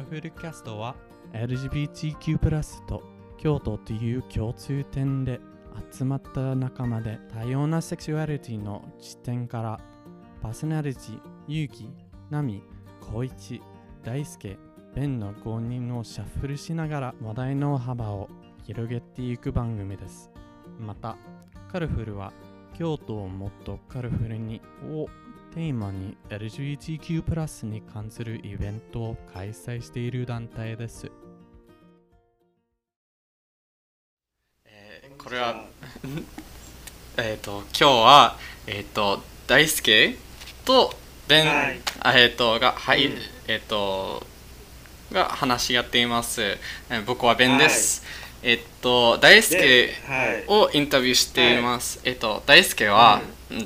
ルフルキャストは LGBTQ+ と京都という共通点で集まった仲間で多様なセクシュアリティの視点からパーソナリティ、ゆうき、なみ、こいち、大輔、ベンの5人をシャッフルしながら話題の幅を広げていく番組です。また、カルフルは京都をもっとカルフルにをテーマに LGBTQ+ に関するイベントを開催している団体です。 これは今日は大輔とベン、が話し合っています。僕はベンです。大輔をインタビューしています。大輔は、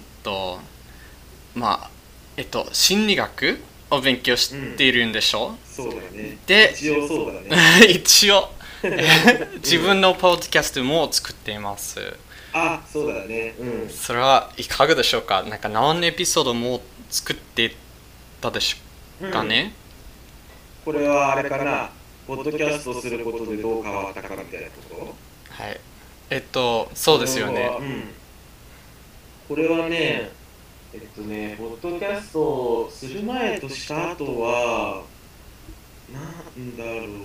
心理学を勉強しているんでしょう。 そうだね。 で、 一応そうだね。 一応自分のポッドキャストも作っています。 あ、そうだね。 それはいかがでしょうか。なんか何エピソードも作ってたでしょうかね。 これはあれかな。ポッドキャストすることでどう変わったかみたいなこと？ はい。そうですよね。 これはね、ポッドキャストをする前とした後は、なんだろう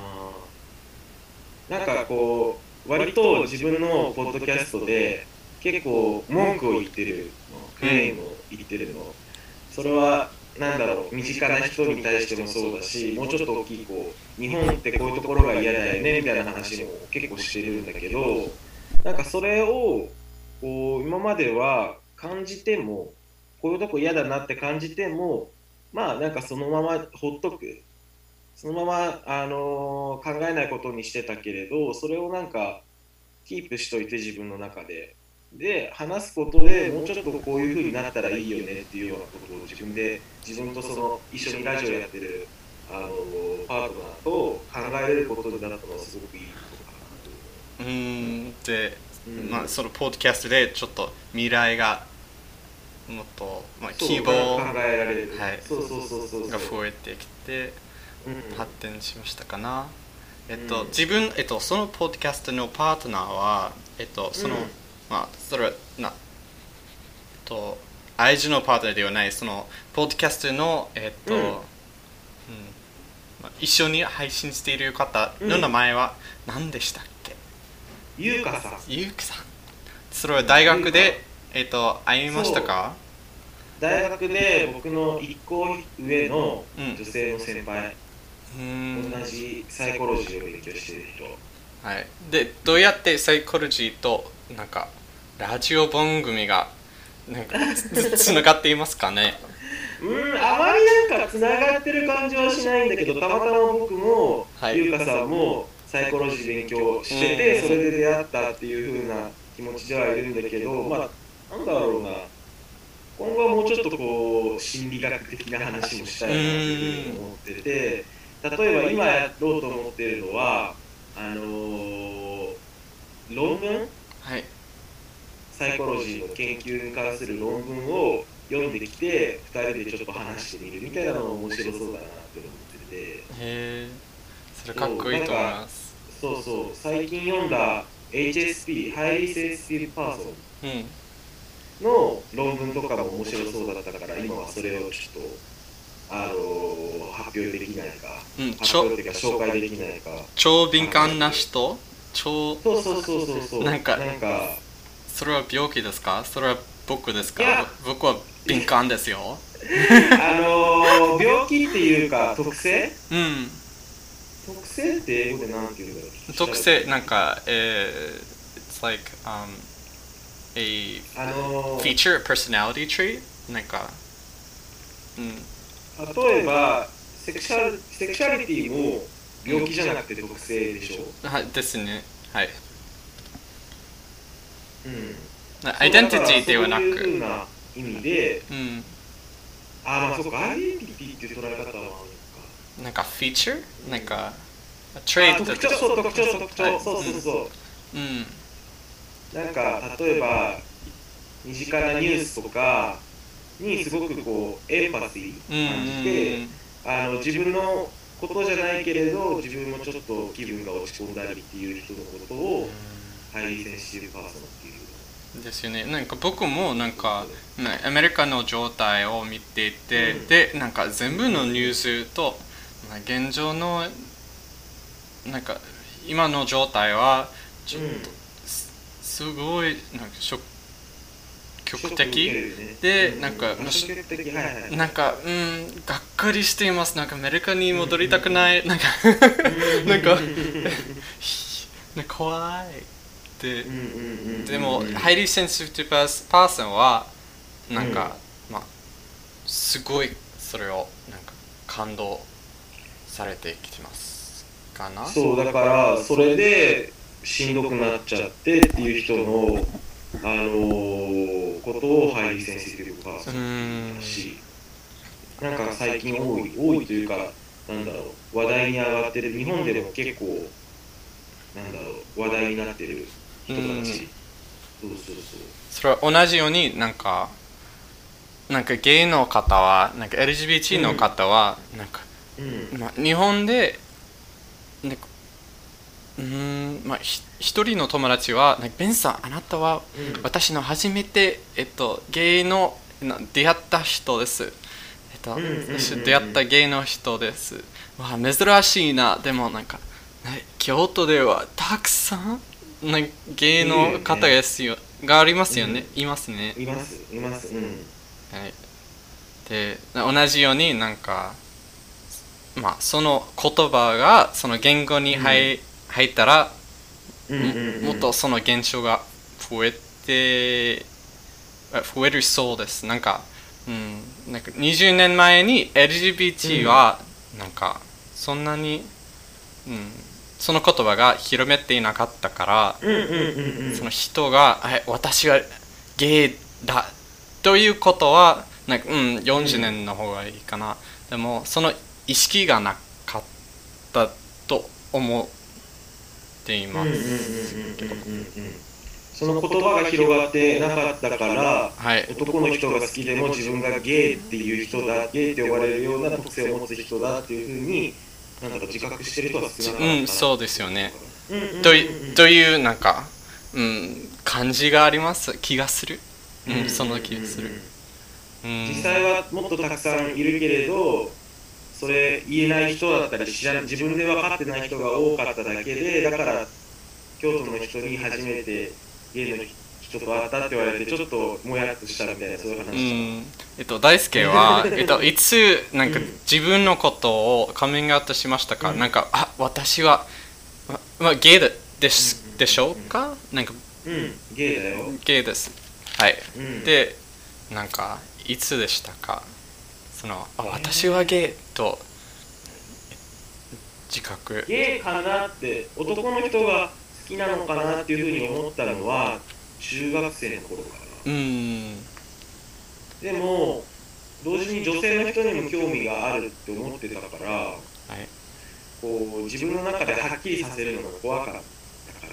な。なんかこう、割と自分のポッドキャストで結構文句を言ってるの、クレームを言ってるの。それは、なんだろう、身近な人に対してもそうだし、もうちょっと大きい、こう、日本ってこういうところが嫌だよねみたいな話も結構してるんだけど、なんかそれを、こう、今までは感じても、こういうとこ嫌だなって感じても、まあなんかそのままほっとく。そのまま、考えないことにしてたけれど、それをなんかキープしといて自分の中で。で、話すことでもうちょっとこういう風になったらいいよねっていうようなことを自分とその一緒にラジオやってるパートナーと考えれることになったのはすごくいいことかなと。 で、そのポッドキャストでちょっと未来がもっと、希望考えられる、 はい、が増えてきて、発展しましたかな。自分、そのポッドキャストのパートナーは、それは愛人のパートナーではない、そのポッドキャストの、一緒に配信している方の名前は何でしたっけ？ ゆうかさん。 ゆうかさん。それは大学で、会いましたか？ 大学で僕の1個上の女性の先輩、同じサイコロジーを勉強している人。 はい。で、どうやってサイコロジーとなんかラジオ番組がなんかつながっていますかね？ あまりなんかつながってる感じはしないんだけど、たまたま僕も、ゆうかさんもサイコロジー勉強してて、それで出会ったっていう風な気持ちではいるんだけど、なんだろうな、今後はもうちょっとこう心理学的な話もしたいなっていうふうに思ってて、例えば今やろうと思っているのは論文、サイコロジーの研究に関する論文を読んできて2人でちょっと話してみるみたいなのも面白そうだなって思ってて。 へえ、それかっこいいと思います。 そう最近読んだ HSP ハイリセンシティブパーソンの論文とかも面白そうだったから、今はそれをちょっと発表できないか、発表というか紹介できないか。 超敏感な人？ そうなんかそれは病気ですか？それは僕ですか？僕は敏感ですよ。 病気っていうか特性？特性って英語でなんて言うんだろう。 特性なんかit's like a feature, personality trait なんか例えばセクシャリティも病気じゃなくて特性でしょ？ はいですね。はい。アイデンティティではなく、そういう風な意味で、そうか、アイデンティティっていう捉え方はあるのか。 なんかフィーチャー、なんかトレート、 特徴、そう。なんか例えば身近なニュースとかにすごくこうエンパシー感じて、自分のことじゃないけれど自分もちょっと気分が落ち込んだりっていう人のことをハイリーセンシティブパーソンっていう。 ですよね。なんか僕もなんかアメリカの状態を見ていて、でなんか全部のニュースと現状のなんか今の状態はちょっとすごいなんか極的でなんかなんかがっかりしています。なんかアメリカに戻りたくない。なんかなんか怖い。でもハイリーセンシティブパーソンはなんか、まあすごいそれをなんか感動されてきてますかな。 そうだからそれでしんどくなっちゃってっていう人のことをハイリーセンシティブパーソンだし、なんか最近多いというかなんだろう話題に上がってる日本でも結構なんだろう話題になってる人たち。 それは同じようになんかゲイの方はなんか LGBT の方はなんか、まあ、日本でまあ一人の友達はなんかベンさんあなたは私の初めてゲイの出会った人です。出会ったゲイの人です。わあ珍しいな。でもなんか京都ではたくさんゲイの方がありますよね。いますね。 います。 はい。で同じようになんかまあその言葉がその言語に入ったらもっとその現象が増えるそうです。なんか20年前に LGBT はなんかそんなにその言葉が広めていなかったからその人が私はゲイだということはなんか40年の方がいいかな。でもその意識がなかったと思っていますけど、 その言葉が広がってなかったから、男の人が好きでも自分がゲイっていう人だ、ゲイって呼ばれるような特性を持つ人だっていうふうになんだか自覚してる人が少なかった。 そうですよね。というなんか、感じがあります気がする。その気がする。 実際はもっとたくさんいるけれど、それ言えない人だったり自分で分かってない人が多かっただけで、だから京都の人に初めてゲイの人と会ったって言われてちょっともやっとしたみたいなそういう話。 大輔はいつなんか自分のことをカミングアウトしましたか？なんか私はゲイでしょうか？なんかゲイだよ。 ゲイです。はい。でなんかいつでしたか？その私はゲイと自覚。 ゲイかなって男の人が好きなのかなっていうふうに思ったのは中学生の頃かな。でも同時に女性の人にも興味があるって思ってたから、こう自分の中ではっきりさせるのが怖かったから、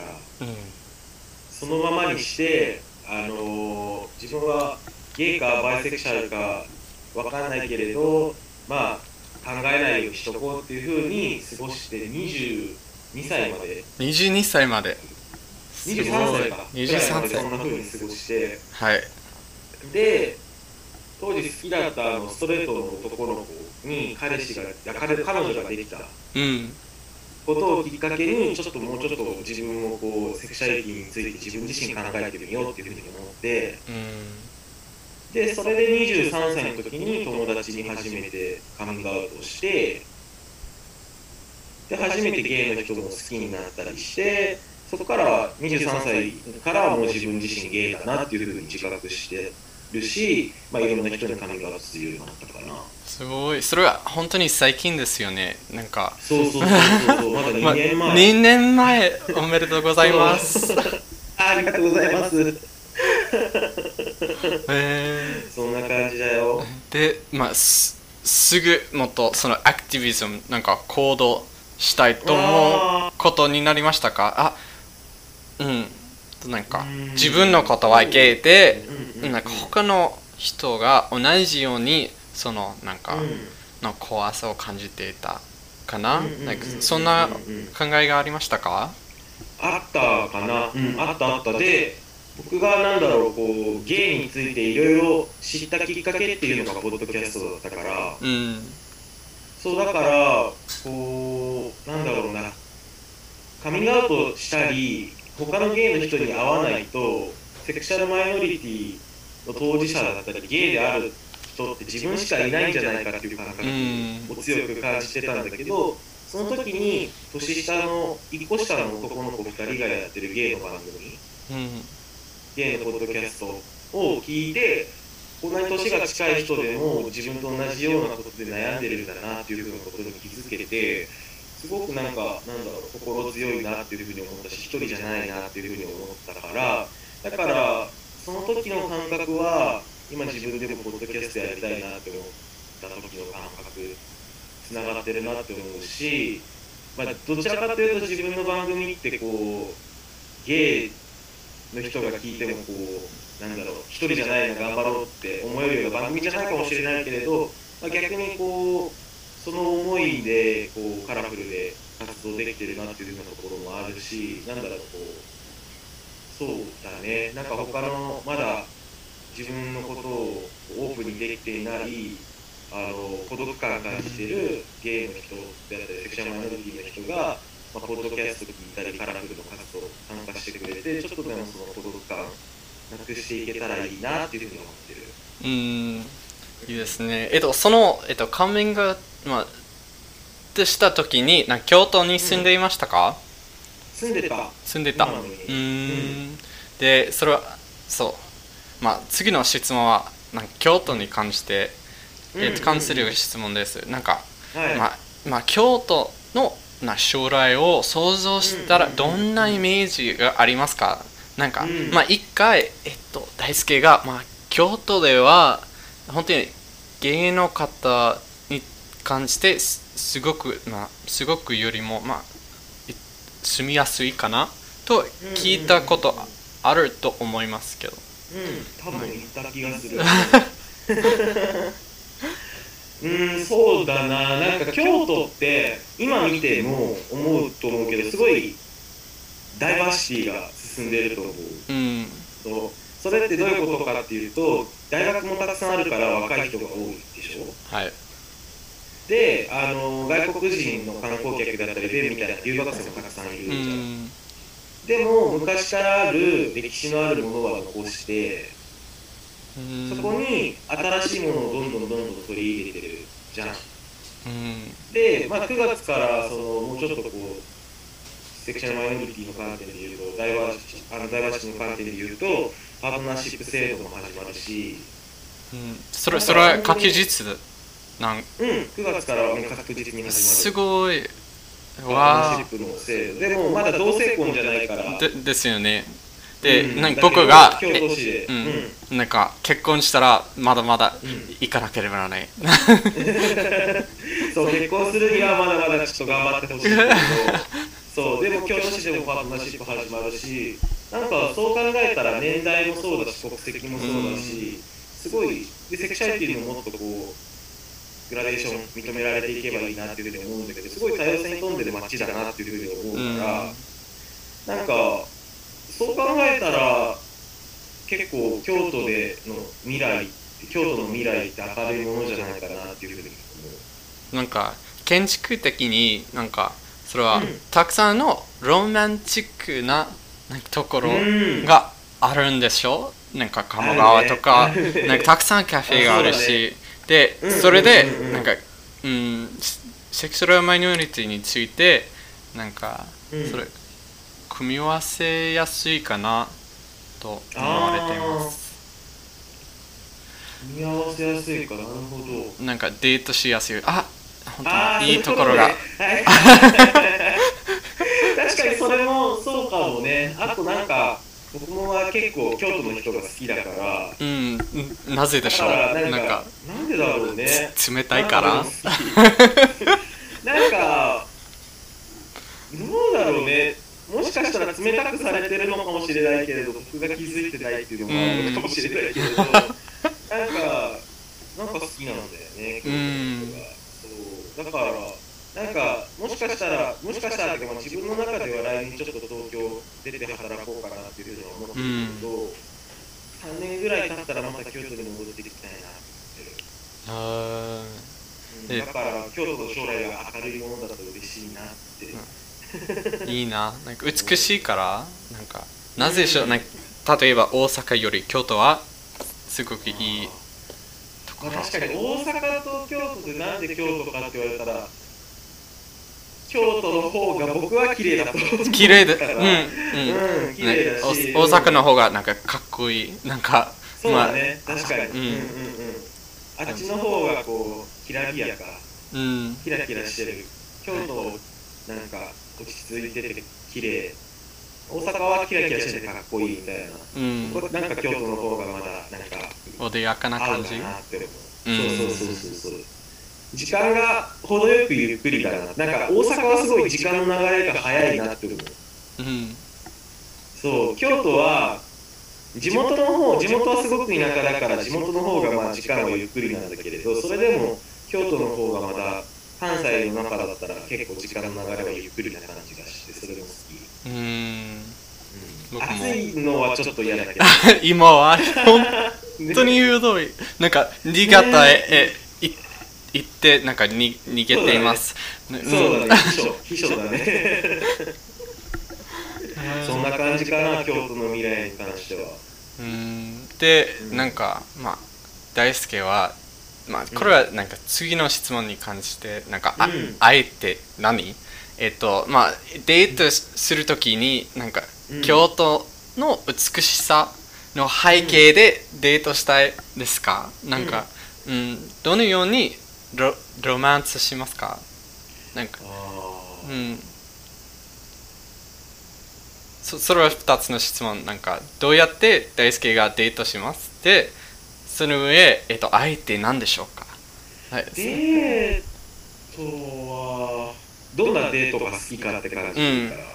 そのままにして自分はゲイかバイセクシャルかわかんないけれど、まあ考えないようにしとこうっていうふうに過ごして22歳まで 23歳まで 23歳か 23歳そんなふうに過ごして、 で当時好きだったストレートの男の子に彼女ができたことをきっかけにちょっともうちょっと自分をこうセクシャリティについて自分自身考えてみようっていうふうに思って、でそれで23歳の時に友達に初めてカミングアウトをして、で初めてゲイの人も好きになったりして、そこから23歳からもう自分自身ゲイだなっていうふうに自覚してるし、いろんな人にカミングアウトするようになったかな。 すごい。それは本当に最近ですよね。なんかそうまだ2年前 2年前おめでとうございますありがとうございますそんな感じだよ。 で、すぐもっとそのアクティビズムなんか行動したいと思うことになりましたか？なんか自分のことはゲイで、なんか他の人が同じようにそのなんかの怖さを感じていたかな、なんかそんな考えがありましたか？ あったかな、あったあった。で、僕がなんだろう、こう、ゲイについていろいろ知ったきっかけっていうのがポッドキャストだったから、 うん。 そうだから、こう、なんだろうな、カミングアウトしたり、他のゲイの人に会わないと、セクシャルマイノリティの当事者だったり、ゲイである人って自分しかいないんじゃないかっていう感覚を強く感じてたんだけど、その時に年下の1個下の男の子2人がやってるゲイの番組、ゲイのポッドキャストを聞いて、こんなに年が近い人でも自分と同じようなことで悩んでるんだなっていうふうなことに気づけて、すごくなんか、なんだろう、心強いなっていうふうに思ったし、一人じゃないなっていうふうに思ったから、だから、その時の感覚は、今自分でもポッドキャストやりたいなって思った時の感覚、つながってるなって思うし、まあ、どちらかというと自分の番組ってこう、ゲイの人が聞いてもこう、なんだろう、一人じゃないな、頑張ろうって思えるような番組じゃないかもしれないけれど、まあ、逆にこう、その思いでこうカラフルで活動できてるなっていうようなところもあるし、なんだろう、こう、そうだね、なんか他のまだ自分のことをオープンにできていない、孤独感を感じているゲイの人であったり、セクシャルマイノリティの人が、まあ、ポッドキャスト聞いたり、カラフルの活動参加してくれて、ちょっとでもその孤独感なくしていけたらいいなっていうふうに思ってる。 いいですね。その、カミング、まあ、ってした時に、京都に住んでいましたか？ 住んでた。 で、それは、そう。まあ、次の質問は、京都に関して、関する質問です。なんか、まあ、京都の将来を想像したら、どんなイメージがありますか？なんか、まあ、一回、大輔が、まあ、京都では、本当に芸の方に関してすごくよりも、まあ、住みやすいかなと聞いたことあると思いますけど。 多分言った気がする。そうだな、なんか京都って今見ても思うと思うけど、すごいダイバーシティが進んでいると思う。それってどういうことかっていうと、大学もたくさんあるから若い人が多いでしょ。 はい。 で、外国人の観光客だったり、ベンみたいな留学生もたくさんいるじゃん。でも、昔からある歴史のあるものは残して、そこに新しいものをどんどん取り入れてるじゃん。で、まあ、9月からもうちょっとこう、セクシャルマイノリティの観点で言うと、ダイバーシティの観点で言うと、パートナーシップ制度も始まるし、 それは確実 9月からもう確実に始まる。 すごい。 パートナーシップの制度。でもまだ同性婚じゃないから。 ですよね。で、僕が京都市で、 なんか結婚したらまだまだ行かなければならない。 そう、結婚するにはまだまだちょっと頑張ってほしいけど、そう、でも京都市でもパートナーシップ始まるし、なんかそう考えたら年代もそうだし、国籍もそうだし、すごい、でセクシャリティにももっとこう、グラデーション認められていけばいいなっていうふうに思うんだけど、すごい多様性に富んでる街だなっていうふうに思うから、なんか、そう考えたら、結構京都での未来、京都の未来って明るいものじゃないかなっていうふうに思う。なんか、建築的になんか、それは、たくさんのロマンチックなところがあるんでしょ？なんか鴨川とか、なんかたくさんカフェがあるし、で、それで、なんか、セクシャルマイノリティについて、なんか、それ、組み合わせやすいかなと思われています。 組み合わせやすいかなるほど。 なんかデートしやすい。本当にいいところが。 確かにそれもそうかもね。あとなんか僕もは結構京都の人が好きだから。 なぜでしょう。 なんでだろうね。 冷たいから。 なんかどうだろうね。もしかしたら冷たくされてるのかもしれないけれど、僕が気づいてないっていうのもあるのかもしれないけれど、なんか好きなんだよね、京都の人が。そうだからなんかもしかしたらっていうか、自分の中では来年ちょっと東京出て働こうかなっていうふうには思ってるんだけど、3年ぐらい経ったらまた京都に戻ってきたいなって思ってる。だから京都の将来が明るいものだと嬉しいなって、 いいな。なんか美しいからなんかなぜでしょう、なんか例えば大阪より京都はすごくいいところ。 確かに大阪と京都でなんで京都かって言われたら、京都の方が僕は綺麗だと思う。 綺麗で、 綺麗だし、 大阪の方がなんかかっこいい。なんかそうだね、確かに。あっちの方がこうきらびやか、キラキラしてる。京都なんか落ち着いてて綺麗。大阪はキラキラしててかっこいいみたいな。なんか京都の方がまだなんか穏やかな感じ。 合うかなって思う。そう。時間が程よくゆっくりだな。なんか大阪はすごい時間の流れが早いなって思う。そう、京都は地元はすごく田舎だから地元の方がまあ時間はゆっくりなんだけれど、それでも京都の方がまだ関西の中だったら結構時間の流れはゆっくりな感じがして、それも好き。暑いのはちょっと嫌だけど今は本当に言う通り、なんか新潟へ行ってなんか逃げています。 そうだね、秘書だねそんな感じかな、京都の未来に関しては。 で、なんかまあ大輔はまあこれはなんか次の質問に関してなんかあえて何まあデートするときになんか京都の美しさの背景でデートしたいですか？なんかどのようにロマンスしますか？なんかそれは2つの質問。なんかどうやって大輔がデートしますで、その上相手何でしょうか？ デートはどんなデートが好きかって感じだから、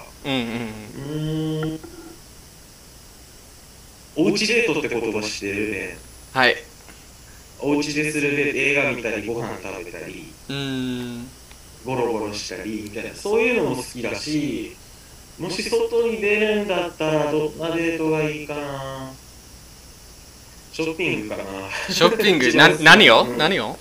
おうちデートって言葉知ってるね。 はい。 おうちでするデート、映画見たりご飯食べたりゴロゴロしたりみたいな、そういうのも好きだし、もし外に出るんだったらどんなデートがいいかな。ショッピングかな。 ショッピング何を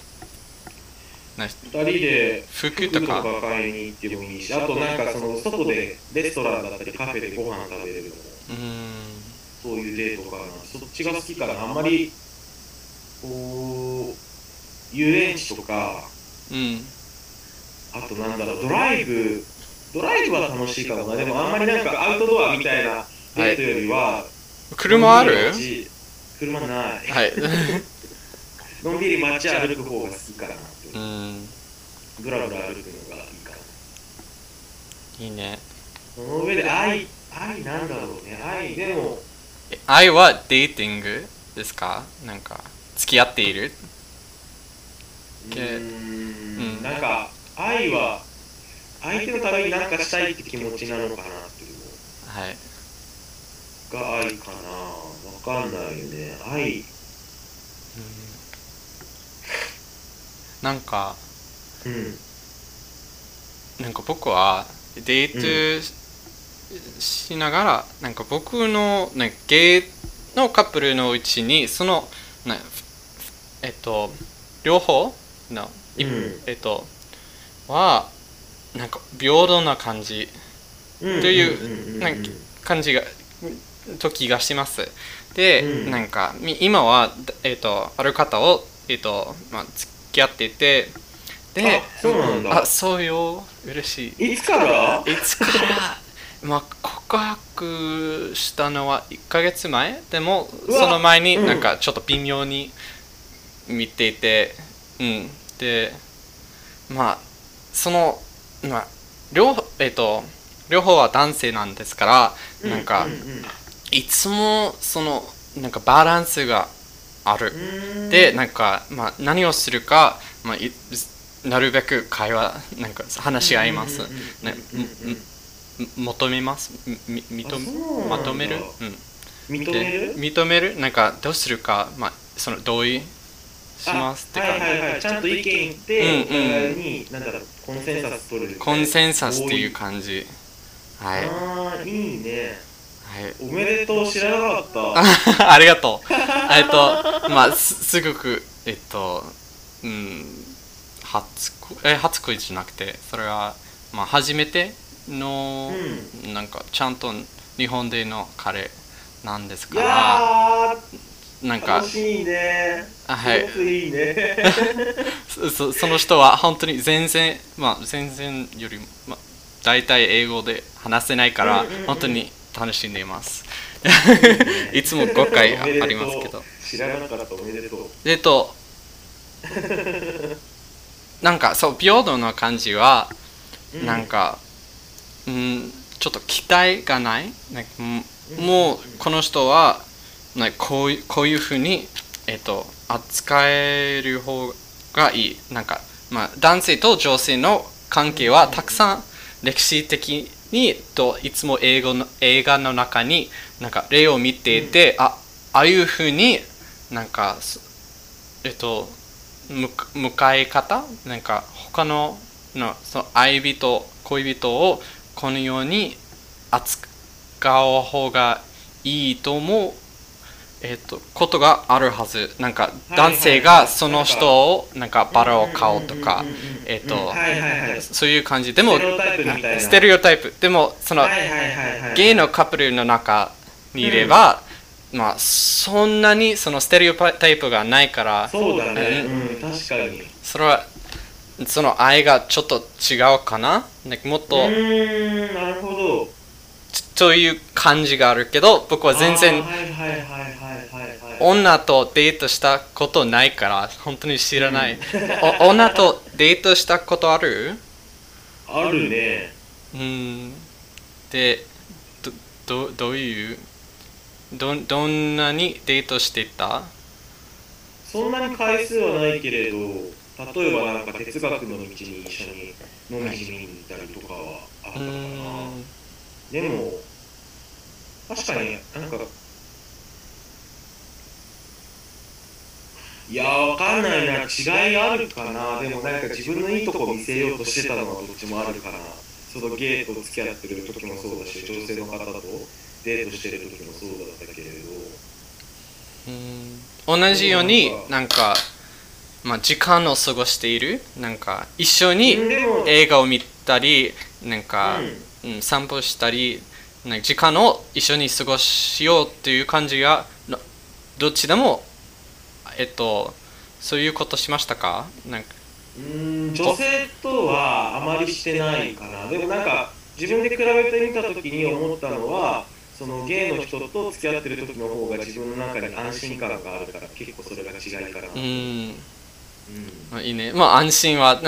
2人で服とか買いに行ってもいいし、あとなんかその外でレストランだったりカフェでご飯食べれるのもそういうデートかな。そっちが好きかな。あんまりこう遊園地とか、あとなんだろう、ドライブは楽しいかもな。でもあんまりなんかアウトドアみたいなデートよりは、 車ある？ 車ない。 はい。 のんびり街歩く方が好きかなって。ブラブラ歩くのがいいかな。 いいね。 その上で愛なんだろうね。でも愛はデーティングですか？なんか付き合っている？ なんか愛は相手のために何かしたいって気持ちなのかなっていうのが愛かな。わかんないよね。愛。 なんか僕はデートしながらなんか僕のゲイのカップルのうちにその両方のはなんか平等な感じというなんか感じが時がします。で、なんか今はある方をまあ付き合っていて、で、 そうなんだ。 そうよ、嬉しい。 いつからまあ告白したのは1ヶ月前でもその前になんかちょっと微妙に見ていて、でまあそのまあ両方は男性なんですから、なんかいつもそのなんかバランスがある。でなんかまあ何をするか、まあなるべく会話なんか話し合います。求めます。まとめる？ 認める？ 認める？なんかどうするか、まあその同意しますって感じ。 はいはいはい、ちゃんと意見言って、お互いに、なんだろう、コンセンサス取る。 コンセンサスっていう感じ。はい。 ああ、いいね。 はい。 おめでとう、知らなかった。 ありがとう。まあ、すごく、初恋じゃなくて、それは、まあ、初めての、なんか、ちゃんと日本での彼なんですから、なんか、 楽しいね。 はい。 すごくいいね。 その人は本当に全然より、大体英語で話せないから、本当に楽しんでいます。いつも誤解ありますけど。 知らなかった、おめでとう。 なんかそう、平等な感じは、なんか、ちょっと期待がない。もう、この人は、こういうふうに、扱える方がいい。なんか、男性と女性の関係はたくさん歴史的にいつも映画の中になんか例を見ていて、ああいうふうになんか迎え方、なんか他のその愛人恋人をこのように扱う方がいいと思うことがあるはず。なんか男性がその人をなんかバラを買おうとか、そういう感じ。でもステレオタイプでもそのゲイのカップルの中にいれば、まあそんなにそのステレオタイプがないから、 そうだね、確かにそれはその愛がちょっと違うかな。もっとなるほどという感じがあるけど、僕は全然女とデートしたことないから本当に知らない。女とデートしたことある？ あるね。 で、どういうどんなにデートしてた？ そんなに回数はないけれど、例えばなんか哲学の道に一緒に飲みに見に行ったりとかはあったかな。でも確かになんかいやわかんないな、違いあるかな。でもなんか自分のいいとこ見せようとしてたのはどっちもあるかな。そのゲイと付き合ってる時もそうだし、女性の方とデートしてる時もそうだったけれど、同じようになんか時間を過ごしている、なんか一緒に映画を見たり、なんか、散歩したり、なんか時間を一緒に過ごしようっていう感じがどっちでもそういうことしましたか？なんか女性とはあまりしてないかな。でもなんか自分で比べてみた時に思ったのは、そのゲイの人と付き合ってる時の方が自分の中に安心感があるから、結構それが違いかな。 いいね。まあ安心は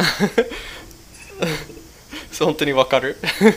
本当にわかる。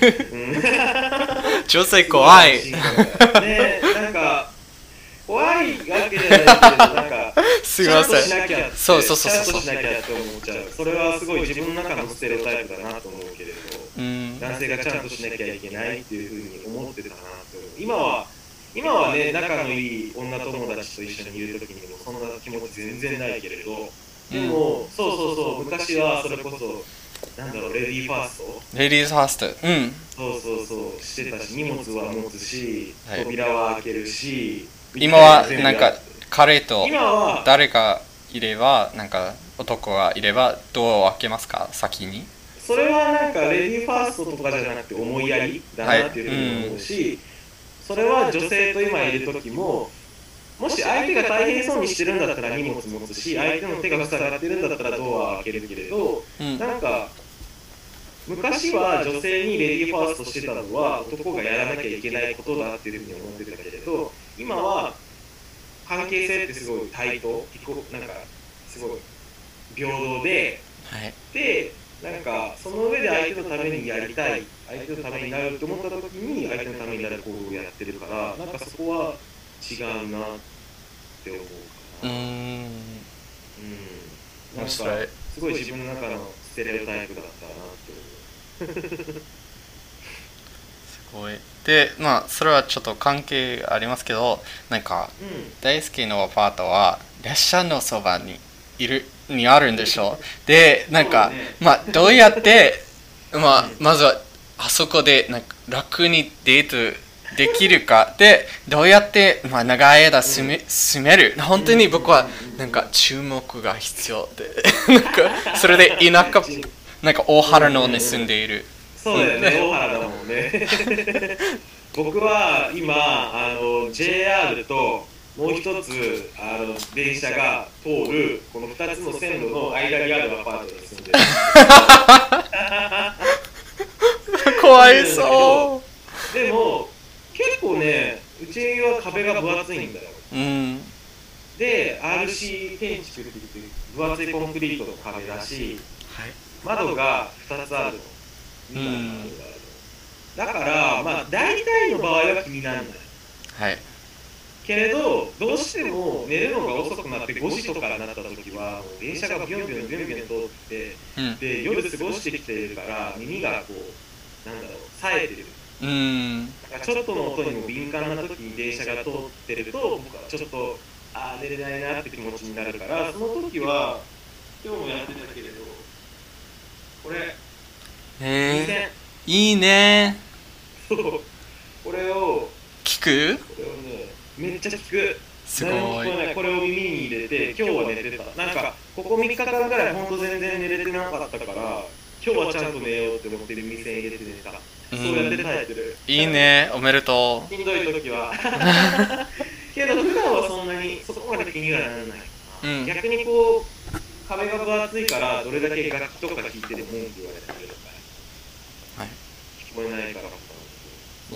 女性怖い。 ね、なんか怖いわけじゃないけど、なんかすいません。 ちゃんとしなきゃって、 そうちゃんとしなきゃって思っちゃう。それはすごい自分の中のステレオタイプだなと思うけれど、男性がちゃんとしなきゃいけないっていうふうに思ってたなって思う。今はね、仲のいい女友達と一緒にいる時にもそんな気持ち全然ないけれど、でも、そう昔はそれこそなんだろう、レディーファーストレディーファースト、 そうしてたし、荷物は持つし、扉は開けるし、 今はなんか彼と誰かいれば、なんか男がいればドアを開けますか、先に？ それはなんかレディーファーストとかじゃなくて思いやりだなっていうふうに思うし、それは女性と今いる時も、もし相手が大変そうにしてるんだったら荷物持つし、相手の手が塞がってるんだったらドアを開けるけれど、なんか昔は女性にレディーファーストしてたのは男がやらなきゃいけないことだっていうふうに思ってたけれど、今は関係性ってすごい対等、なんかすごい平等で、でなんかその上で相手のためにやりたい、相手のためになると思った時に相手のためになる行動をやってるから、なんかそこは違うなって思うかな。なんかすごい自分の中のステレオタイプだったなって思う。すごい。で、それはちょっと関係ありますけど、なんか、大好きなアパートは列車のそばににあるんでしょう。で、なんか、どうやって、まずはあそこでなんか楽にデートできるかで、どうやって、長い間住める。本当に僕はなんか注目が必要で、なんかそれで田舎、なんか大原のに住んでいる。 そうだよね、大原だもんね。僕は今JR ともう一つ電車が通るこの2つの線路の間にあるアパートに住んでる。 怖いそう。 でも結構ね、うちは壁が分厚いんだよ。で RC 建築って言って分厚いコンクリートの壁だし、窓が2つあるの。だから大体の場合は気にならない。けれどどうしても寝るのが遅くなって5時とかになった時はもう電車がビュンビュンビュンビュン通って、で夜過ごしてきてるから耳がこう冴えてる。ちょっとの音にも敏感な時に電車が通ってると僕はちょっと寝れないなって気持ちになるから、その時は今日もやってたけれどこれいいね。 そう、これを聞く？ これをね、めっちゃ聞く。 すごい。 これを耳に入れて、今日は寝てた。なんか、ここ3日間ぐらいほんと全然寝れてなかったから、今日はちゃんと寝ようって思ってる店入れて寝た。そうやって耐えてる。 いいね、おめでとう。しんどい時は。けど、普段はそんなに、そこまで気にはならない。逆にこう、壁が分厚いから、どれだけ楽器とか聴いてても文句言われたりとか。聞こえないから。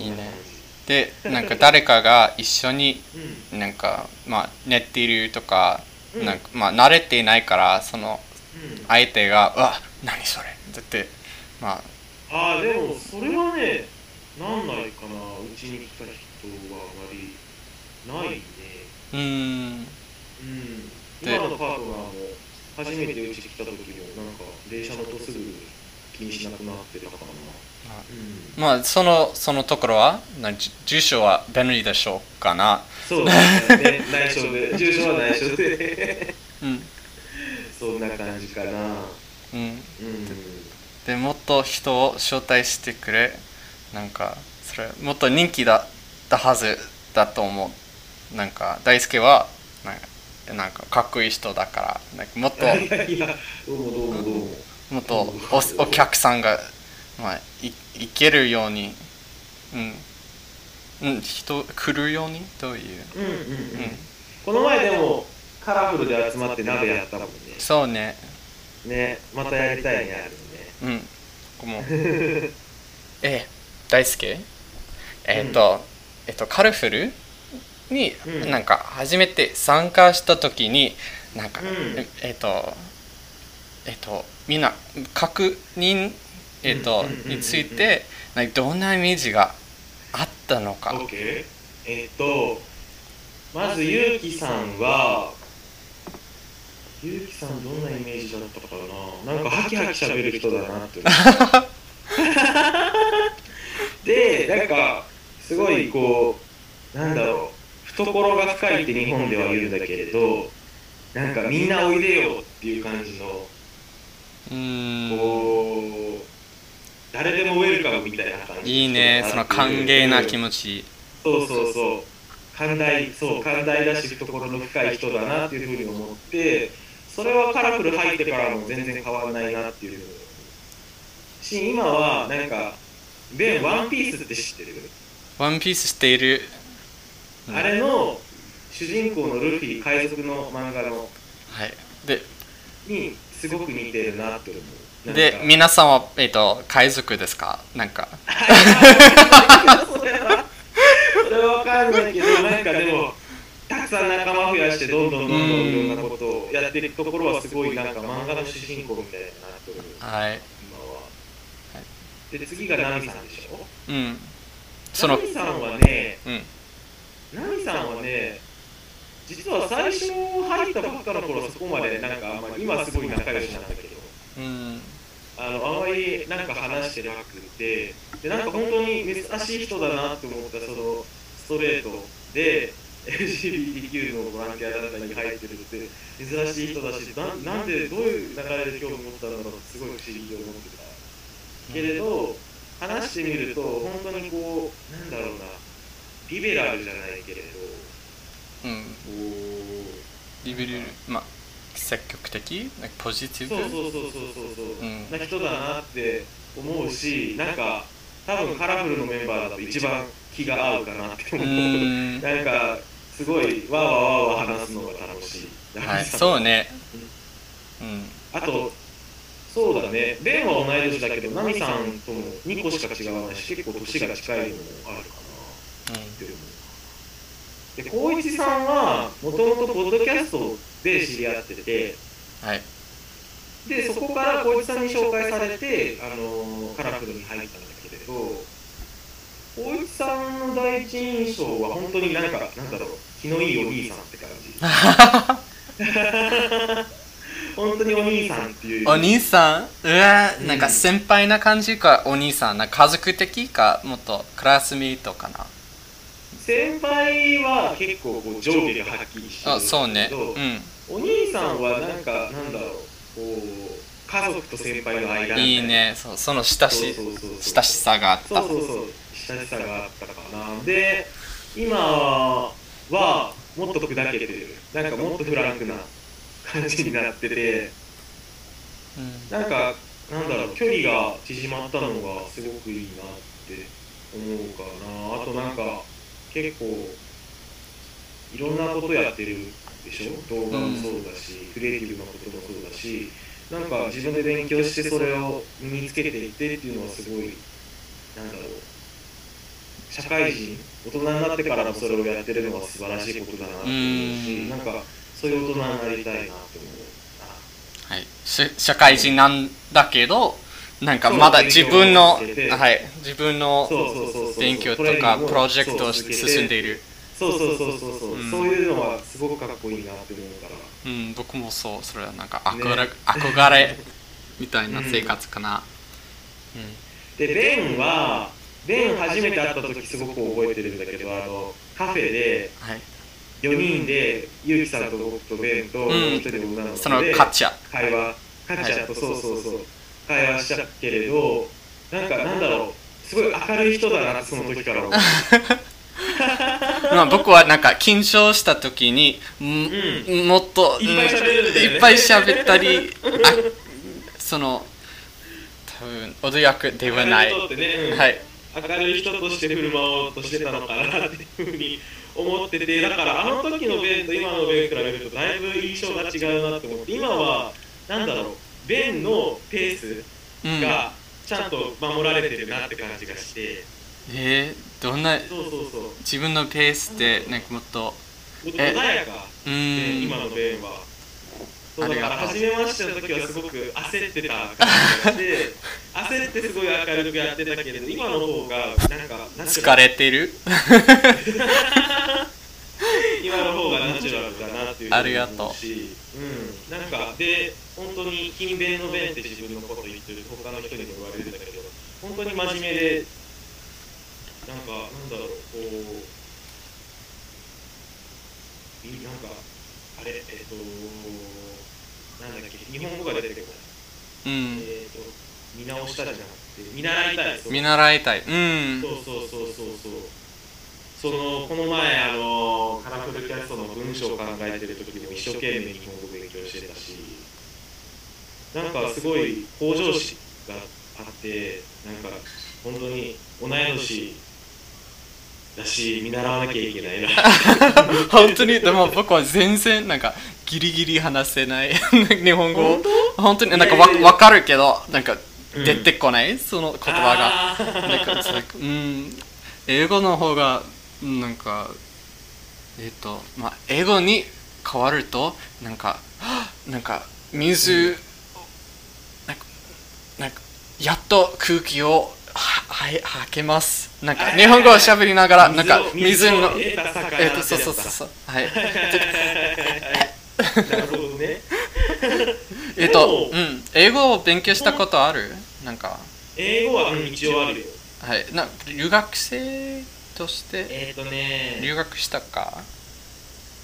いいね。で、なんか誰かが一緒になんか寝ているとか、なんか慣れていないからその相手がうわ何それだってでもそれはねなんないかな。うちに来た人はあまりないね。今のパートナーも初めてうち来た時もなんか電車の音すぐ気にしなくなってたかな。 そのところは住所は便利でしょうかな。 そうですね。内緒で住所は内緒でそんな感じかな。 でもっと人を招待してくれ。なんかそれもっと人気だったはずだと思う。なんか大輔はなんかかっこいい人だからなんかもっともっとお客さんがいけるように、人来るようにという。 この前でもカラフルで集まって鍋やったもんね。 そうね。 ね、またやりたいね、あれね。 もう大輔カラフルになんか初めて参加した時になんかみんな確認についてどんなイメージがあったのか。 まずゆうきさんはどんなイメージだったかな。なんかハキハキ喋る人だなってで、なんかすごいこう懐が深いって日本では言うんだけれど、なんかみんなおいでよっていう感じのこう誰でもウェルカムみたいな感じ。 いいね、その歓迎な気持ち。 そう寛大だし懐の深い人だなっていうふうに思って、それはカラフル入ってからも全然変わらないなっていうし、今はなんかベンワンピースって知ってる？ ワンピース知っている。 あれの主人公のルフィ、海賊の漫画のにすごく似てるなって思う。 で、皆さんは海賊ですか？なんかそれは分かんないけど、なんかでもたくさん仲間増やしてどんどんいろんなことをやっていくところはすごいなんか漫画の主人公みたいになってる。今は。で次がナミさんでしょ。ナミさんはね、実は最初入ったばっかの頃そこまでなんか今すごい仲良しなんだけど、あまりなんか話してなくて、でなんか本当に珍しい人だなって思ったそのストレートで、 LGBTQ のボランティア団体に入ってるって珍しい人だし、なんでどういう流れで興味持ったんだろうってすごい不思議に思ってたけれど、話してみると本当にこうなんだろうな、リベラルじゃないけれど、 うん、リベラル、まあ積極的、なんかポジティブ、 そう、な人だなって思うし、なんか多分カラフルのメンバーだと一番気が合うかなって思う。なんかすごいわーわー話すのが楽しい。 はい、そうね。 あとそうだね、ベンは同い年だけどナミさんとも2個しか違わないし、結構年が近いのもあるかなって思う。で、光一さんはもともとポッドキャストで知り合ってて、 はい、 でそこから光一さんに紹介されて、カラフルに入ったんだけれど、光一さんの第一印象は本当になんだろう、気のいいお兄さんって感じ。本当にお兄さんっていう。 お兄さん、なんか先輩な感じか、お兄さん、なんか家族的か、もっとクラスメイトかな。 先輩は結構こう上下がはっきりしてるんだけど、 そうね、 お兄さんはなんだろう、こう家族と先輩の間みたいな。 いいね、その親しさがあった。 親しさがあったかな。で、今はもっと砕けてる、なんかもっとフランクな感じになってて、なんだろう、距離が縮まったのがすごくいいなって思うかな。あとなんか結構いろんなことやってるでしょ。動画もそうだし、クリエイティブなこともそうだし、なんか自分で勉強してそれを身につけていってっていうのはすごい、なんだろう、社会人、大人になってからもそれをやってるのは素晴らしいことだなと思うし、なんかそういう大人になりたいなって思う。 はい、社会人なんだけど、なんかまだ自分の勉強とかプロジェクトを進んでいる。 そういうのはすごくかっこいいなって思うから。 僕もそれはなんか憧れみたいな生活かな。 で、ベン初めて会った時すごく覚えてるんだけど、カフェで4人でユウキさんと僕とベンともう一人の女の子でカチャと会話したけれど、なんだろう、すごい明るい人だなってその時から思う。 まあ僕はなんか緊張した時にもっといっぱい喋ったり、その多分穏やかではない、 明るい人として振る舞おうとしてたのかなっていうふうに思ってて、だからあの時のベンと今のベン比べるとだいぶ印象が違うなって思って、今はなんだろう、ベンのペースがちゃんと守られてるなって感じがして、 どんな自分のペースってなんかもっと穏やかで、今のベンはだから初めましての時はすごく焦ってた感じがして焦ってすごい明るくやってたけれど、今の方がなんか疲れてる今の方がナチュラルだなっていうふうに思うし、なんかで本当に勤勉の弁って自分のこと言ってる他の人にも言われてたけど、本当に真面目で、なんだろう、こうなんかあれなんだっけ、日本語が出てこない。見直したじゃなくて見習いたい。 見習いたい。 この前カラフルキャストの文章を考えてる時も一生懸命日本語勉強してたし、なんかすごい向上心があって、なんか本当に同い年だし見習わなきゃいけないな。 本当に。でも僕は全然なんかギリギリ話せない日本語。本当になんかわかるけどなんか出てこない、その言葉が。なんか英語の方がなんかまあ英語に変わるとなんか水、なんかやっと空気を吐けます。なんか日本語を喋りながらなんか水のそうはい。 なるほどね。 英語を勉強したことある？なんか英語は一応あるよ。 はい。留学生として留学したか？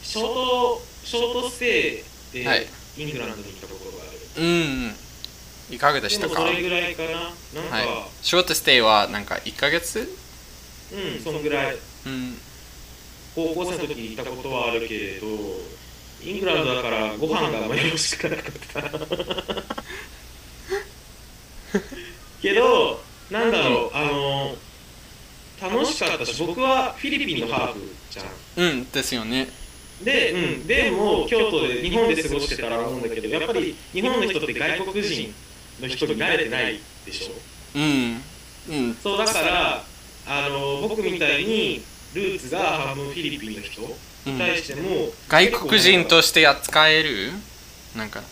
ショートステイで、 はい、 イングランドに行ったことがある。 いかがでしたか？ でもそれぐらいかな。なんか、 はい、ショートステイはなんか1ヶ月？ そのぐらい。 うん。 高校生の時行ったことはあるけれど、イングランドだからご飯があまり美味しくなかったけど、なんだろう、楽しかったし、僕はフィリピンのハーフじゃん。 ですよね。 でも京都で日本で過ごしてたら思うんだけど、やっぱり日本の人って外国人の人に慣れてないでしょ。そうだから僕みたいにルーツが半分フィリピンの人に対しても、 外国人として扱えるなんか、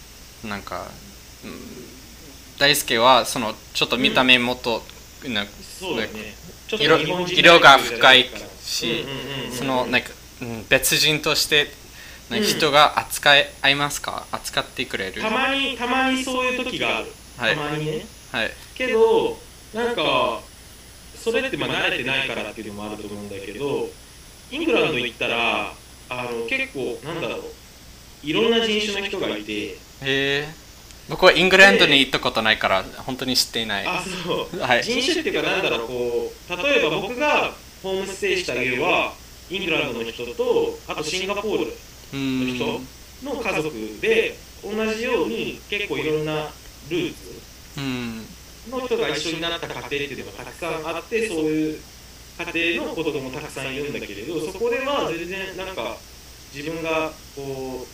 大輔はそのちょっと見た目もっと、 そうだね、ちょっと色が深いし、その別人として人が扱いますか？扱ってくれる？ たまにそういう時がある。たまにね。 はい。 けどなんかそれって慣れてないからっていうのもあると思うんだけど、イングランド行ったら結構なんだろう、いろんな人種の人がいて。 僕はイングランドに行ったことないから本当に知っていない。 そう、 はい、 人種っていうかなんだろう、例えば僕がホームステイした家はイングランドの人と、あとシンガポールの人の家族で、同じように結構いろんなルーツの人が一緒になった家庭っていうのがたくさんあって、そういう家庭の子供もたくさんいるんだけれど、そこでは全然なんか自分がなんだろう、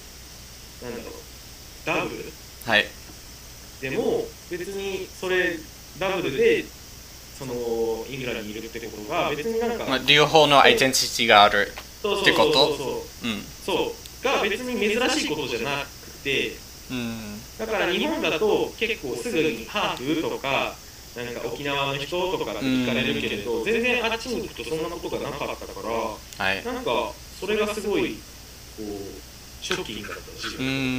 ダブル、 はい、 でも別にそれダブルでそのイングランドにいるってことが別になんか、 両方のアイデンティティがあるってこと？ そうが別に珍しいことじゃなくて、だから日本だと結構すぐにハーフとかなんか沖縄の人とかって聞かれるけれど、全然あっちに行くとそんなことがなかったから、なんかそれがすごいこうショッキングだったし、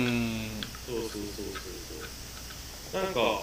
なんかこ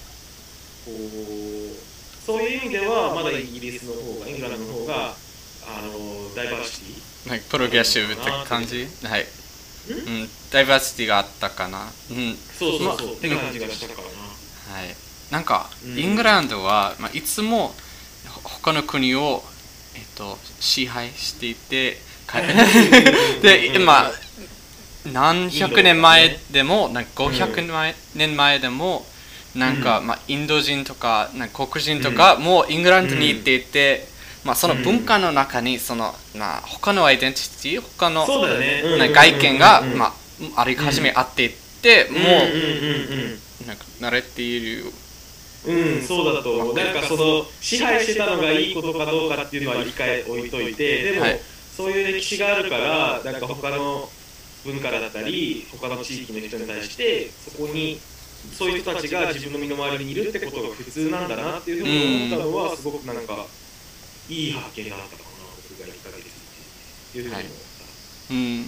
うそういう意味ではまだイギリスの方が、イングランドの方がダイバーシティ、 プログレッシブって感じ、はい、ダイバーシティがあったかな、 そうって感じがしたからな。 はい、なんか、イングランドは、いつも他の国を、支配していてで、何百年前でも、500年前でも、インド人とか黒人とかもうイングランドに行っていて、その文化の中にその他のアイデンティティ、他の外見があり始めあっていって、もう慣れている。 そうだと思う。なんかその支配してたのがいいことかどうかっていうのは理解置いといて、でもそういう歴史があるから、なんか他の文化だったり他の地域の人に対してそういう人たちが自分の身の回りにいるってことが普通なんだなっていうふうに思ったのは、すごくなんかいい発見があったかな、僕が1ヶ月っていうふうに思った。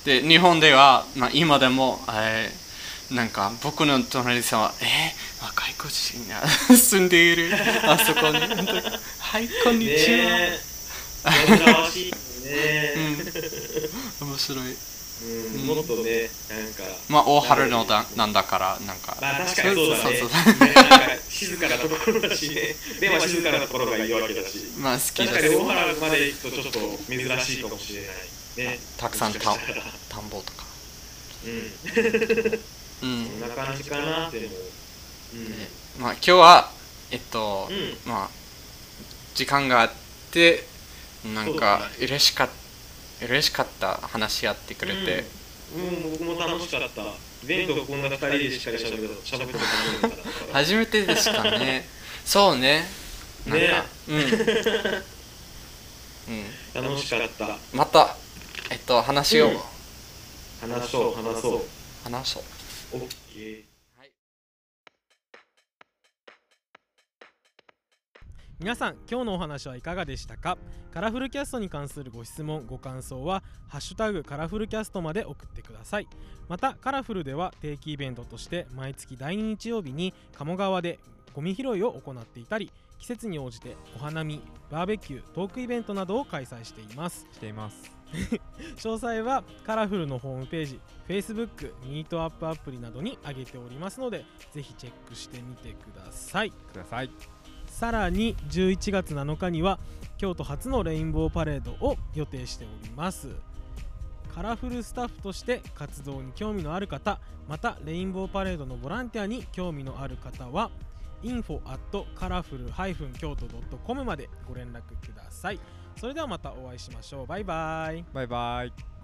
で日本では、今でも、なんか僕の隣さんは外国人が住んでいるあそこにはいこんにちは。 珍しいね。 面白い。 もっとね、なんか大春のなんだからなんか、 確かにそうだね。なんか静かなところだしね。でも静かなところがいいわけだし、 好きです。 確かに大原まで行くとちょっと珍しいかもしれないね。 たくさん田んぼとか。 そんな感じかなって思う。 今日は時間があってなんか嬉しかった話し合ってくれて、 僕も楽しかった。全部こんな2人でしっかり喋ったこと初めてでしたね。そうね。なんか楽しかった。 また話そう。 オッケー。 皆さん、今日のお話はいかがでしたか？カラフルキャストに関するご質問ご感想はハッシュタグカラフルキャストまで送ってください。またカラフルでは定期イベントとして毎月第2日曜日に鴨川でゴミ拾いを行っていたり、 季節に応じてお花見、バーベキュー、トークイベントなどを開催しています。詳細はカラフルのホームページ、 Facebook、ミートアップアプリなどに上げておりますので、ぜひチェックしてみてください。さらに11月7日には京都初のレインボーパレードを予定しております。カラフルスタッフとして活動に興味のある方、またレインボーパレードのボランティアに興味のある方はinfo@colorful-kyoto.com までご連絡ください。それではまたお会いしましょう。バイバイ。